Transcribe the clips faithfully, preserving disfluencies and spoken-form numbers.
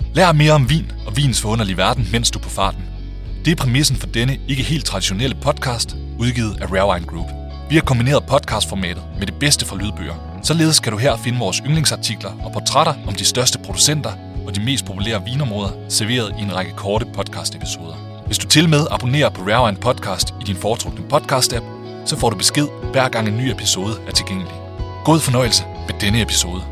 Lær mere om vin og vins forunderlige verden, mens du er på farten. Det er præmissen for denne ikke helt traditionelle podcast, udgivet af Rare Wine Group. Vi har kombineret podcastformatet med det bedste fra lydbøger. Således skal du her finde vores yndlingsartikler og portrætter om de største producenter og de mest populære vinområder, serveret i en række korte podcast-episoder. Hvis du til med abonnerer på Rare Wine Podcast i din foretrukne podcast-app, så får du besked hver gang en ny episode er tilgængelig. God fornøjelse med denne episode.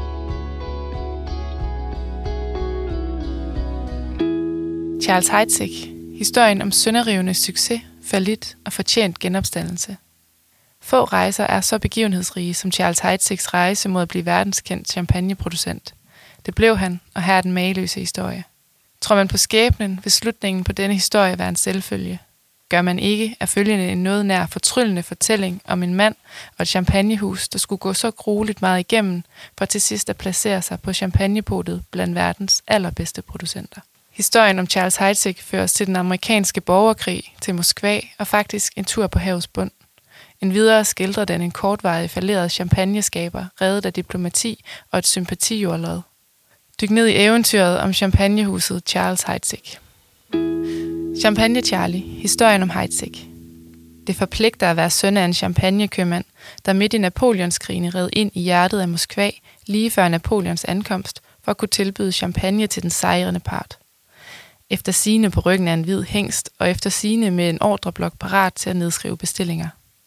Charles Heidsieck. Historien om sønderrivende succes, fallit og fortjent genopstandelse. Få rejser er så begivenhedsrige som Charles Heidsieck's rejse mod at blive verdenskendt champagneproducent. Det blev han, og her er den mageløse historie. Tror man på skæbnen, vil slutningen på denne historie være en selvfølge. Gør man ikke, er følgende en noget nær fortryllende fortælling om en mand og et champagnehus, der skulle gå så grueligt meget igennem, for til sidst at placere sig på champagnepotet blandt verdens allerbedste producenter. Historien om Charles Heidsieck fører os til den amerikanske borgerkrig, til Moskva og faktisk en tur på havets bund. En videre skildrer den en kortvarig falderet champagneskaber, reddet af diplomati og et sympatijordlod. Dyk ned i eventyret om champagnehuset Charles Heidsieck. Champagne Charlie. Historien om Heidsieck. Det forpligter at være søn af en champagnekøbmand, der midt i Napoleonskrigen red ind i hjertet af Moskva lige før Napoleons ankomst for at kunne tilbyde champagne til den sejrende part. Efter sigende på ryggen af en hvid hingst, og efter sigende med en ordreblok parat til at nedskrive bestillinger.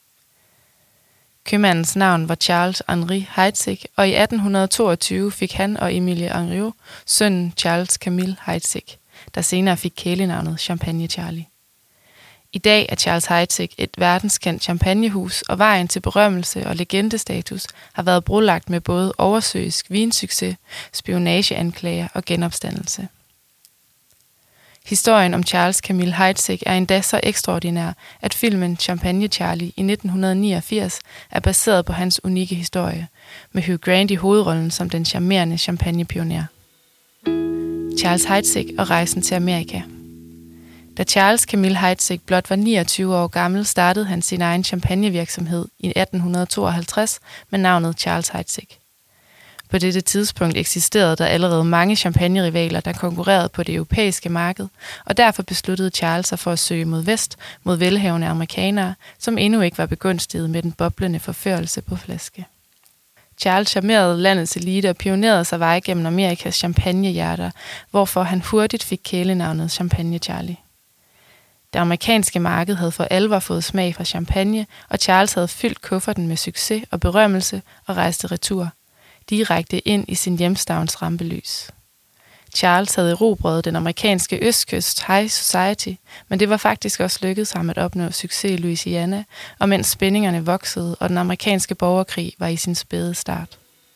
Købmandens navn var Charles Henri Heidsieck, og i atten toogtyve fik han og Emilie Henriot sønnen Charles Camille Heidsieck, der senere fik kælenavnet Champagne Charlie. I dag er Charles Heidsieck et verdenskendt champagnehus, og vejen til berømmelse og legendestatus har været brolagt med både oversøisk vinsucces, spionageanklager og genopstandelse. Historien om Charles Camille Heidsieck er endda så ekstraordinær, at filmen Champagne Charlie i nitten niogfirs er baseret på hans unikke historie, med Hugh Grant i hovedrollen som den charmerende champagnepioner. Charles Heidsieck og rejsen til Amerika. Da Charles Camille Heidsieck blot var niogtyve år gammel, startede han sin egen champagnevirksomhed i atten tooghalvtreds med navnet Charles Heidsieck. På dette tidspunkt eksisterede der allerede mange champagnerivaler, der konkurrerede på det europæiske marked, og derfor besluttede Charles sig for at søge mod vest, mod velhavende amerikanere, som endnu ikke var begunstiget med den boblende forførelse på flaske. Charles charmerede landets elite og pionerede sig vej gennem Amerikas champagnehjerter, hvorfor han hurtigt fik kælenavnet Champagne Charlie. Det amerikanske marked havde for alvor fået smag for champagne, og Charles havde fyldt kufferten med succes og berømmelse og rejste retur, direkte ind i sin hjemstavns rampelys. Charles havde erobret den amerikanske østkyst High Society, men det var faktisk også lykkedes ham at opnå succes i Louisiana, og mens spændingerne voksede, og den amerikanske borgerkrig var i sin spæde start.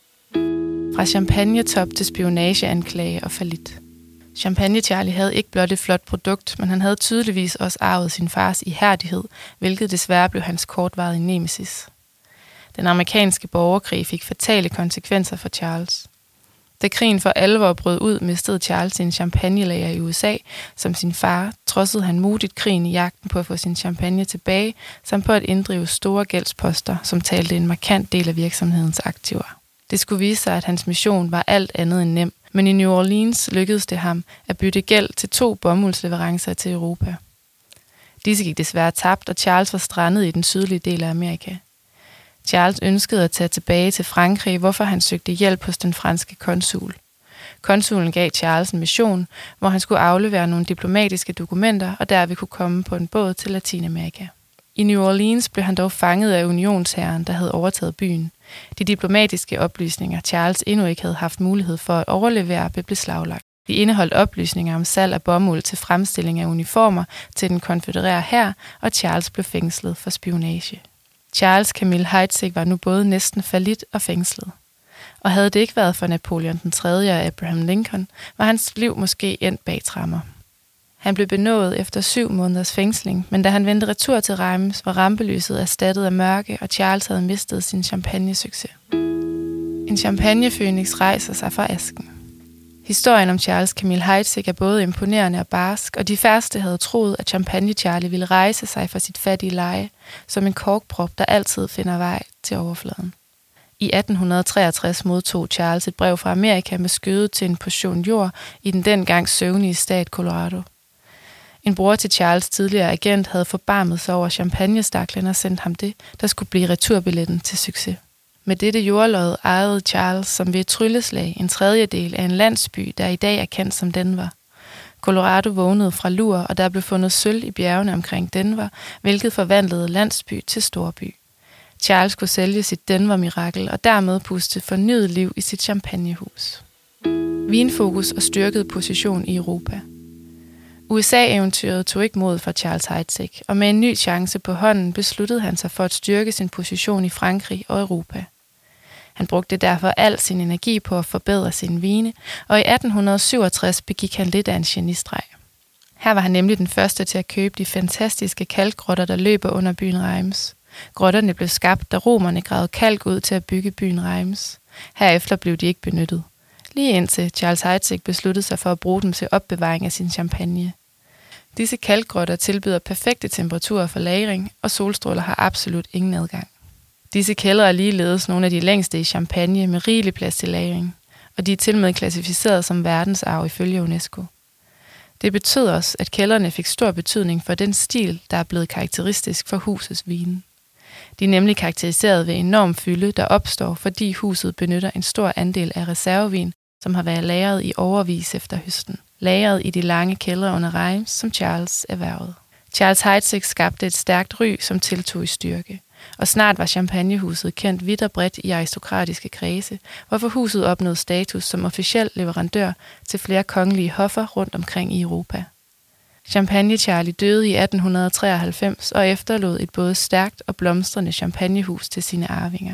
Fra champagnetop til spionageanklage og fallit. Champagne Charlie havde ikke blot et flot produkt, men han havde tydeligvis også arvet sin fars ihærdighed, hvilket desværre blev hans kortvarige nemesis. Den amerikanske borgerkrig fik fatale konsekvenser for Charles. Da krigen for alvor brød ud, mistede Charles sin champagnelager i U S A. Som sin far trodsede han modigt krigen i jagten på at få sin champagne tilbage, samt på at inddrive store gældsposter, som talte en markant del af virksomhedens aktiver. Det skulle vise sig, at hans mission var alt andet end nem, men i New Orleans lykkedes det ham at bytte gæld til to bomuldsleverancer til Europa. Disse gik desværre tabt, og Charles var strandet i den sydlige del af Amerika. Charles ønskede at tage tilbage til Frankrig, hvorfor han søgte hjælp hos den franske konsul. Konsulen gav Charles en mission, hvor han skulle aflevere nogle diplomatiske dokumenter og derved kunne komme på en båd til Latinamerika. I New Orleans blev han dog fanget af unionsherren, der havde overtaget byen. De diplomatiske oplysninger, Charles endnu ikke havde haft mulighed for at overlevere, blev beslaglagt. De indeholdt oplysninger om salg af bomuld til fremstilling af uniformer til den konfødererede hær, og Charles blev fængslet for spionage. Charles Camille Heidsieck var nu både næsten fallit og fængslet. Og havde det ikke været for Napoleon den tredje og Abraham Lincoln, var hans liv måske endt bag tremmer. Han blev benådet efter syv måneders fængsling, men da han vendte retur til Reims, var rampelyset erstattet af mørke, og Charles havde mistet sin champagnesucces. En champagnefønix rejser sig fra asken. Historien om Charles Camille Heidsieck er både imponerende og barsk, og de færreste havde troet, at Champagne Charlie ville rejse sig fra sit fattige leje, som en korkprop, der altid finder vej til overfladen. I atten treogtres modtog Charles et brev fra Amerika med skøde til en portion jord i den dengang søvnige stat Colorado. En bror til Charles' tidligere agent havde forbarmet sig over champagnestaklen og sendt ham det, der skulle blive returbilletten til succes. Med dette jordlod ejede Charles som ved et trylleslag en tredjedel af en landsby, der i dag er kendt som Denver. Colorado vågnede fra lur, og der blev fundet sølv i bjergene omkring Denver, hvilket forvandlede landsby til storby. Charles kunne sælge sit Denver-mirakel og dermed puste fornyet liv i sit champagnehus. Vinfokus og styrket position i Europa. U S A-eventyret tog ikke mod for Charles Heidsieck, og med en ny chance på hånden besluttede han sig for at styrke sin position i Frankrig og Europa. Han brugte derfor al sin energi på at forbedre sine vine, og i atten syvogtres begik han lidt af en genistreg. Her var han nemlig den første til at købe de fantastiske kalkgrotter, der løber under byen Reims. Grotterne blev skabt, da romerne gravede kalk ud til at bygge byen Reims. Herefter blev de ikke benyttet. Lige indtil Charles Heidsieck besluttede sig for at bruge dem til opbevaring af sin champagne. Disse kalkgrotter tilbyder perfekte temperaturer for lagring, og solstråler har absolut ingen adgang. Disse kældre er ligeledes nogle af de længste i Champagne med rigelig plads til lagring, og de er tilmed klassificeret som verdensarv ifølge UNESCO. Det betød også, at kældrene fik stor betydning for den stil, der er blevet karakteristisk for husets vine. De er nemlig karakteriseret ved enorm fylde, der opstår, fordi huset benytter en stor andel af reservevin, som har været lagret i overvis efter høsten. Lagret i de lange kældre under Reims, som Charles erhvervede. Charles Heidsieck skabte et stærkt ry, som tiltog i styrke. Og snart var champagnehuset kendt vidt og bredt i aristokratiske kredse, hvorfor huset opnåede status som officiel leverandør til flere kongelige hoffer rundt omkring i Europa. Champagne Charlie døde i atten treoghalvfems og efterlod et både stærkt og blomstrende champagnehus til sine arvinger.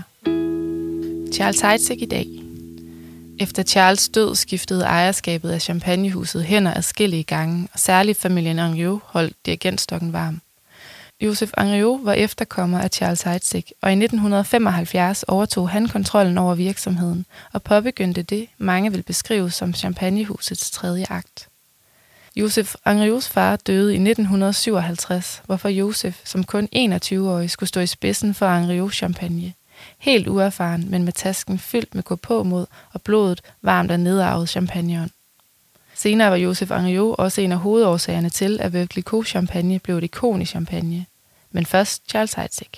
Charles Heidsieck i dag. Efter Charles' død skiftede ejerskabet af champagnehuset hænder adskillige gange, og særligt familien Henriot holdt dirigentstokken varm. Joseph Henriot var efterkommer af Charles Heidsieck, og i nitten femoghalvfjerds overtog han kontrollen over virksomheden og påbegyndte det, mange vil beskrive som champagnehusets tredje akt. Joseph Henriots far døde i nitten syvoghalvtreds, hvorfor Joseph som kun enogtyve-årig skulle stå i spidsen for Henriot Champagne. Helt uerfaren, men med tasken fyldt med gåpåmod og blodet varmt af nedarvet champagneånd. Senere var Joseph Henriot også en af hovedårsagerne til, at Veuve Clicquot Champagne blev et ikon i Champagne. Men først Charles Heidsieck.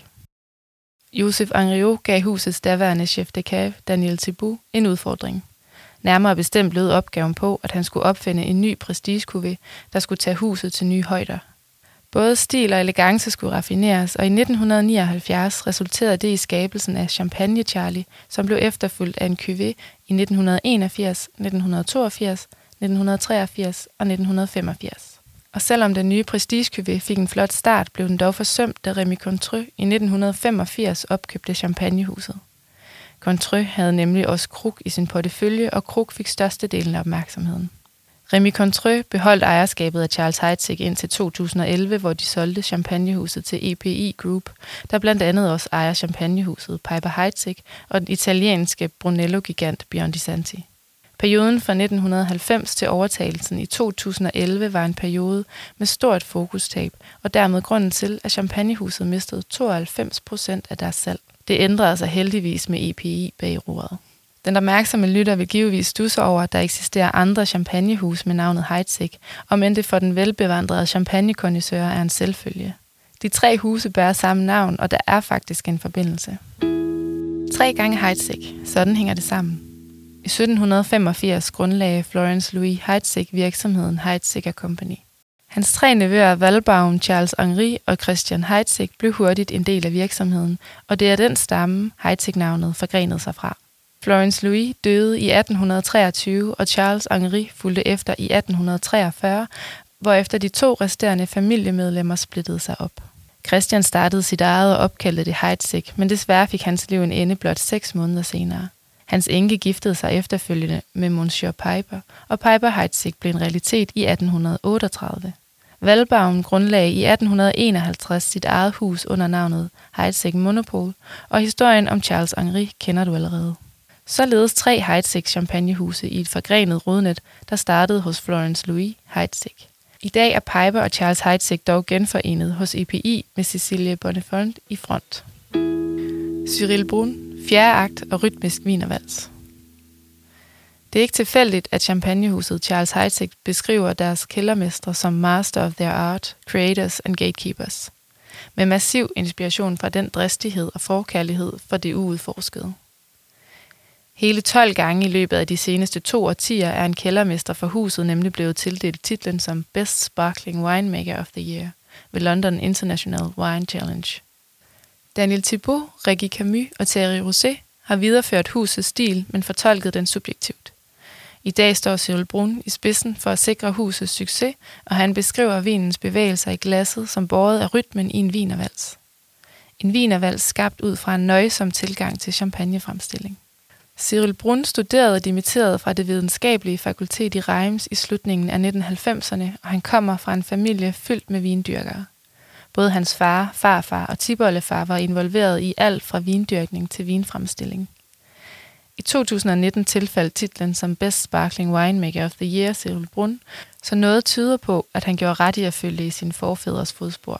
Joseph Henriot gav husets daværende chef de cave, Daniel Thibault, en udfordring. Nærmere bestemt lød opgaven på, at han skulle opfinde en ny prestige-cuvée, der skulle tage huset til nye højder. Både stil og elegance skulle raffineres, og i nitten nioghalvfjerds resulterede det i skabelsen af Champagne Charlie, som blev efterfulgt af en cuvée i nitten enogfirs, nitten toogfirs, nitten treogfirs og nitten femogfirs. Og selvom den nye prestige-cuvée fik en flot start, blev den dog forsømt, da Rémy Cointreau i nitten femogfirs opkøbte champagnehuset. Cointreau havde nemlig også Krug i sin portefølje, og Krug fik størstedelen af opmærksomheden. Rémy Cointreau beholdt ejerskabet af Charles Heidsieck indtil to tusind og elleve, hvor de solgte champagnehuset til E P I Group, der blandt andet også ejer champagnehuset Piper Heidsieck og den italienske Brunello-gigant Biondisanti. Perioden fra nitten halvfems til overtagelsen i to tusind og elleve var en periode med stort fokustab, og dermed grunden til, at champagnehuset mistede tooghalvfems procent af deres salg. Det ændrede sig heldigvis med E P I bag roret. Den opmærksomme lytter vil givetvis studse over, at der eksisterer andre champagnehus med navnet Heidsieck, om end det for den velbevandrede champagnekondisseur er en selvfølge. De tre huse bærer samme navn, og der er faktisk en forbindelse. Tre gange Heidsieck. Sådan hænger det sammen. I sytten femogfirs grundlagde Florence Louis Heidsieck virksomheden Heidsieck and Company. Hans tre nevøer Walbaum, Charles Henri og Christian Heidsieck blev hurtigt en del af virksomheden, og det er den stamme, Heidsieck-navnet forgrenede sig fra. Florence Louis døde i atten treogtyve, og Charles Henri fulgte efter i atten treogfyrre, hvorefter de to resterende familiemedlemmer splittede sig op. Christian startede sit eget og opkaldte det Heidsieck, men desværre fik hans liv en ende blot seks måneder senere. Hans enke giftede sig efterfølgende med Monsieur Piper, og Piper Heidsieck blev en realitet i atten otteogtredive. Walbaum grundlagde i atten enoghalvtreds sit eget hus under navnet Heidsieck Monopole, og historien om Charles Henri kender du allerede. Således tre Heidsieck champagnehuse i et forgrenet rodnet, der startede hos Florence Louis Heidsieck. I dag er Piper og Charles Heidsieck dog genforenet hos E P I med Cecilie Bonnefond i front. Cyril Brun, Fjerde akt og rytmisk wienervals. Det er ikke tilfældigt, at champagnehuset Charles Heidsieck beskriver deres kældermestre som master of their art, creators and gatekeepers, med massiv inspiration fra den dristighed og forkærlighed for det uudforskede. Hele tolv gange i løbet af de seneste to årtier er en kældermester for huset nemlig blevet tildelt titlen som Best Sparkling Winemaker of the Year ved London International Wine Challenge. Daniel Thibault, Régis Camus og Thierry Rousset har videreført husets stil, men fortolket den subjektivt. I dag står Cyril Brun i spidsen for at sikre husets succes, og han beskriver vinens bevægelser i glasset som båret af rytmen i en wienervals. En wienervals skabt ud fra en nøjsom tilgang til champagnefremstilling. Cyril Brun studerede og dimitterede fra det videnskabelige fakultet i Reims i slutningen af nitten halvfemserne, og han kommer fra en familie fyldt med vindyrkere. Både hans far, farfar og tipoldefar var involveret i alt fra vindyrkning til vinfremstilling. I to tusind nitten tilfaldt titlen som Best Sparkling Winemaker of the Year Cyril Brun, så noget tyder på, at han gjorde ret i at følge i sine forfædres fodspor.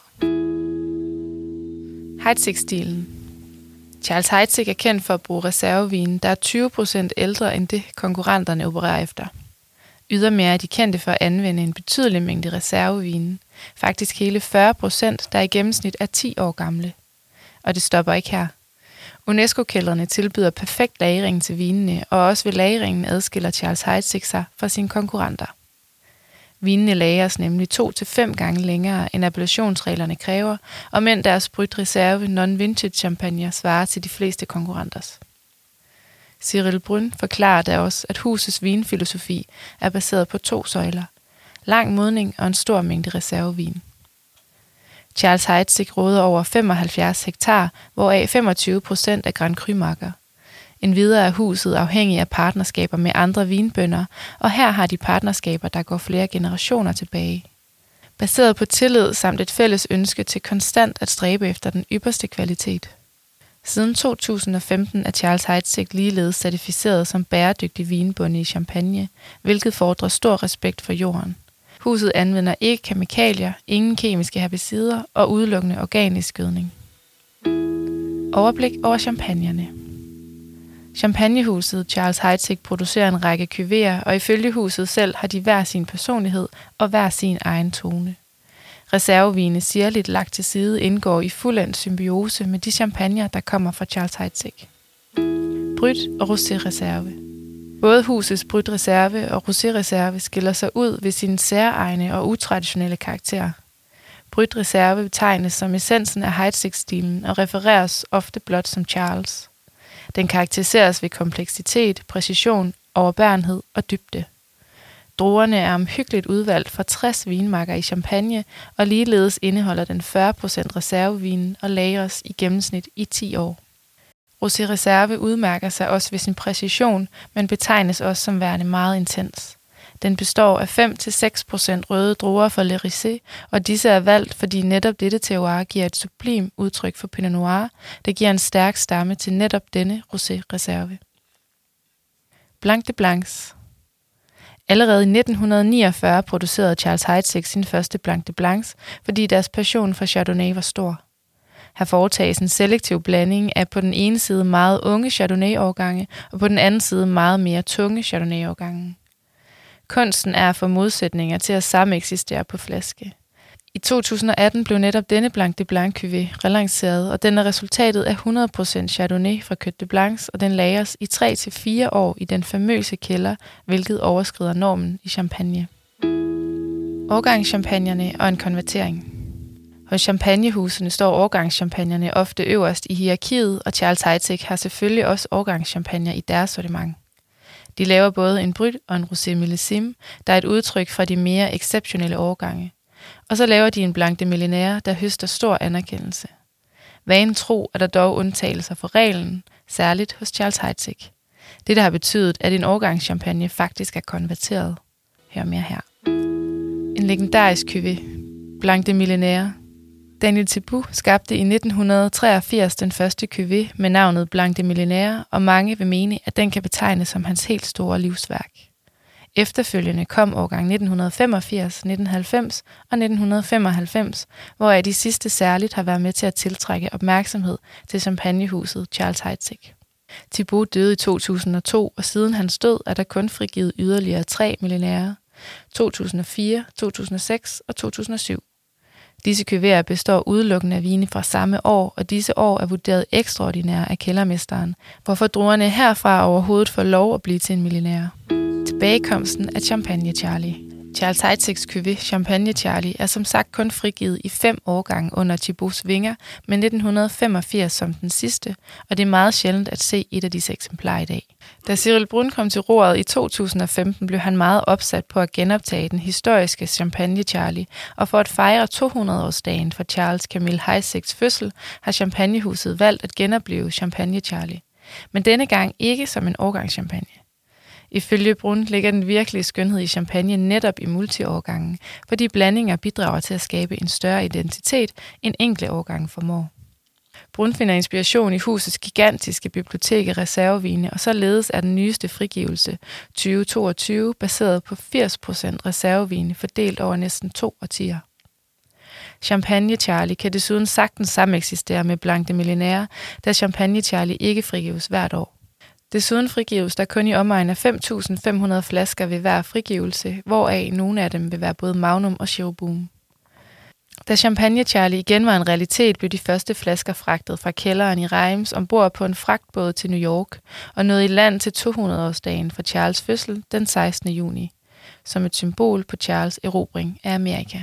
Heidsieck-stilen. Charles Heidsieck er kendt for at bruge reservevin, der er tyve procent ældre end det, konkurrenterne opererer efter. Ydermere er de kendte for at anvende en betydelig mængde reservevin, faktisk hele fyrre procent, der i gennemsnit er ti år gamle. Og det stopper ikke her. UNESCO-kældrene tilbyder perfekt lagring til vinene, og også ved lagringen adskiller Charles Heidsieck sig fra sine konkurrenter. Vinene lagres nemlig to til fem gange længere, end appellationsreglerne kræver, og men deres Brut Reserve non-vintage champagne svarer til de fleste konkurrenters. Cyril Brun forklarer da også, at husets vinfilosofi er baseret på to søjler: lang modning og en stor mængde reservevin. Charles Heidsieck råder over femoghalvfjerds hektar, hvoraf femogtyve procent af Grand Cru-marker. Endvidere er huset afhængig af partnerskaber med andre vinbønder, og her har de partnerskaber, der går flere generationer tilbage. Baseret på tillid samt et fælles ønske til konstant at stræbe efter den ypperste kvalitet. Siden to tusind og femten er Charles Heidsieck ligeledes certificeret som bæredygtig vinbonde i Champagne, hvilket fordrer stor respekt for jorden. Huset anvender ikke kemikalier, ingen kemiske herbicider og udelukkende organisk gødning. Overblik over champagnerne. Champagnehuset Charles Heidsieck producerer en række cuvéer, og ifølge huset selv har de hver sin personlighed og hver sin egen tone. Reservevine sirligt lagt til side indgår i fuldendt symbiose med de champagner, der kommer fra Charles Heidsieck. Brut og Rosé Reserve. Både husets Brut Reserve og Rosé Reserve skiller sig ud ved sine særegne og utraditionelle karakterer. Brut Reserve betegnes som essensen af Heidsieck-stilen og refereres ofte blot som Charles. Den karakteriseres ved kompleksitet, præcision, overbærenhed og dybde. Druerne er omhyggeligt udvalgt fra tres vinmarker i Champagne, og ligeledes indeholder den fyrre procent reservevin og lagres i gennemsnit i ti år. Rosé Reserve udmærker sig også ved sin præcision, men betegnes også som værende meget intens. Den består af fem til seks procent røde druer fra Le Risset, og disse er valgt, fordi netop dette terroir giver et sublim udtryk for Pinot Noir, der giver en stærk stamme til netop denne Rosé Reserve. Blanc de Blancs. Allerede i nitten niogfyrre producerede Charles Heidsieck sin første Blanc de Blancs, fordi deres passion for Chardonnay var stor. Her foretages en selektiv blanding af på den ene side meget unge Chardonnay-årgange, og på den anden side meget mere tunge Chardonnay-årgange. Kunsten er at få modsætninger til at sameksistere på flaske. I to tusind og atten blev netop denne Blanc de Blanc cuvée relanceret, og den er resultatet af hundrede procent Chardonnay fra Côte de Blancs, og den lagres i tre til fire år i den famøse kælder, hvilket overskrider normen i Champagne. Årgangschampagnerne og en konvertering. Hos champagnehusene står årgangschampagnerne ofte øverst i hierarkiet, og Charles Heidsieck har selvfølgelig også årgangschampagner i deres sortiment. De laver både en Brut og en Rosé Millésime, der er et udtryk fra de mere exceptionelle årgange. Og så laver de en Blanc de Millénaire, der høster stor anerkendelse. Vanen tro er der dog undtagelser for reglen, særligt hos Charles Heidsieck. Det, der har betydet, at en årgangschampagne faktisk er konverteret. Hør mere her. En legendarisk cuvée, Blanc de Millénaire. Daniel Thibault skabte i nitten treogfirs den første cuvée med navnet Blanc de Millénaire, og mange vil mene, at den kan betegnes som hans helt store livsværk. Efterfølgende kom årgang nitten femogfirs, nitten halvfems og nitten femoghalvfems, hvoraf de sidste særligt har været med til at tiltrække opmærksomhed til champagnehuset Charles Heidsieck. Thibaut døde i to tusind og to, og siden hans død er der kun frigivet yderligere tre millionærer: to tusind og fire, to tusind og seks og to tusind og syv. Disse kuverter består udelukkende af vine fra samme år, og disse år er vurderet ekstraordinære af kældermesteren, hvorfor druerne herfra overhovedet får lov at blive til en millionær. Tilbagekomsten af Champagne Charlie. Charles Heidsiegs cuvée Champagne Charlie er som sagt kun frigivet i fem årgange under Thibauts vinger, med nitten femogfirs som den sidste, og det er meget sjældent at se et af disse eksemplarer i dag. Da Cyril Brun kom til roret i to tusind og femten, blev han meget opsat på at genoptage den historiske Champagne Charlie, og for at fejre to hundrede årsdagen for Charles Camille Heidsigs fødsel, har Champagnehuset valgt at genopleve Champagne Charlie. Men denne gang ikke som en årgangschampagne. Ifølge Brun ligger den virkelige skønhed i champagne netop i multiårgangen, fordi blandinger bidrager til at skabe en større identitet, end enkle årgange formår. Brun finder inspiration i husets gigantiske bibliotek af reservevine, og således er den nyeste frigivelse tyve toogtyve baseret på firs procent reservevine fordelt over næsten to årtier. Champagne Charlie kan desuden sagtens sameksistere med Blanc de Millénaire, da Champagne Charlie ikke frigives hvert år. Desuden frigives der kun i omegn af fem tusind fem hundrede flasker ved hver frigivelse, hvoraf nogle af dem vil være både Magnum og Cherubim. Da Champagne Charlie igen var en realitet, blev de første flasker fragtet fra kælderen i Reims ombord på en fragtbåd til New York og nåede i land til to hundrede årsdagen for Charles' fødsel den sekstende juni, som et symbol på Charles' erobring af Amerika.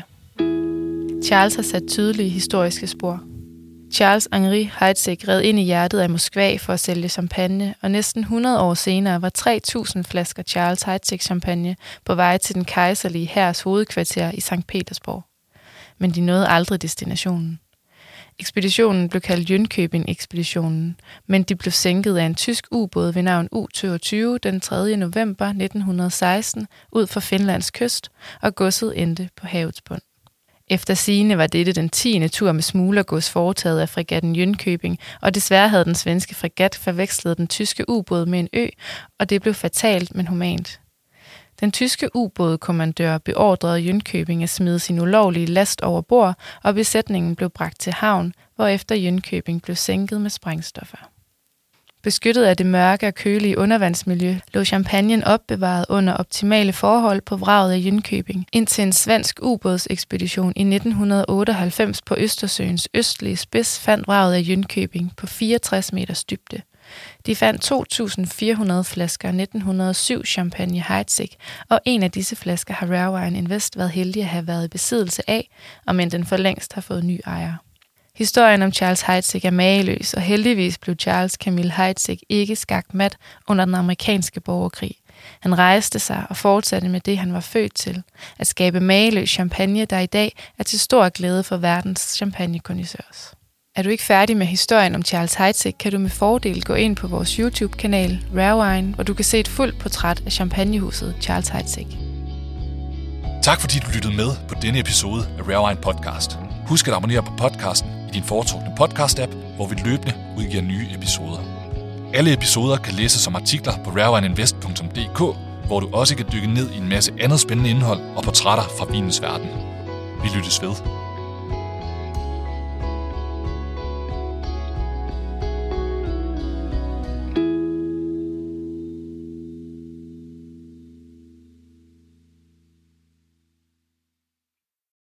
Charles har sat tydelige historiske spor. Charles Henri Heidsieck red ind i hjertet af Moskva for at sælge champagne, og næsten hundrede år senere var tre tusind flasker Charles Heidsieck champagne på vej til den kejserlige hærs hovedkvarter i Sankt Petersborg. Men de nåede aldrig destinationen. Ekspeditionen blev kaldt Jönköping-ekspeditionen, men de blev sænket af en tysk ubåd ved navn U toogtyve den tredje november nitten seksten ud for Finlands kyst, og godset endte på havets bund. Efter sigende var dette den tiende tur med smuglergods foretaget af fregatten Jönköping, og desværre havde den svenske fregat forvekslet den tyske ubåd med en ø, og det blev fatalt, men humant. Den tyske ubådkommandør beordrede Jönköping at smide sin ulovlige last over bord, og besætningen blev bragt til havn, hvorefter Jönköping blev sænket med sprængstoffer. Beskyttet af det mørke og kølige undervandsmiljø, lå champagnen opbevaret under optimale forhold på vraget af Jönköping, indtil en svensk ubådsekspedition i nitten otteoghalvfems på Østersøens østlige spids fandt vraget af Jönköping på fireogtres meters dybde. De fandt to tusind fire hundrede flasker nitten hundrede syv Champagne Heidsieck, og en af disse flasker har Rare Wine Invest været heldig at have været i besiddelse af, og men den for længst har fået ny ejer. Historien om Charles Heidsieck er mageløs, og heldigvis blev Charles Camille Heidsieck ikke skakt mat under den amerikanske borgerkrig. Han rejste sig og fortsatte med det, han var født til, at skabe mageløs champagne, der i dag er til stor glæde for verdens champagnekondiseurs. Er du ikke færdig med historien om Charles Heidsieck, kan du med fordel gå ind på vores YouTube-kanal Rare Wine, hvor du kan se et fuldt portræt af champagnehuset Charles Heidsieck. Tak fordi du lyttede med på denne episode af Rare Wine Podcast. Husk at abonnere på podcasten i din foretrukne podcast-app, hvor vi løbende udgiver nye episoder. Alle episoder kan læses som artikler på rare wine invest punktum d k, hvor du også kan dykke ned i en masse andet spændende indhold og portrætter fra vinens verden. Vi lyttes ved.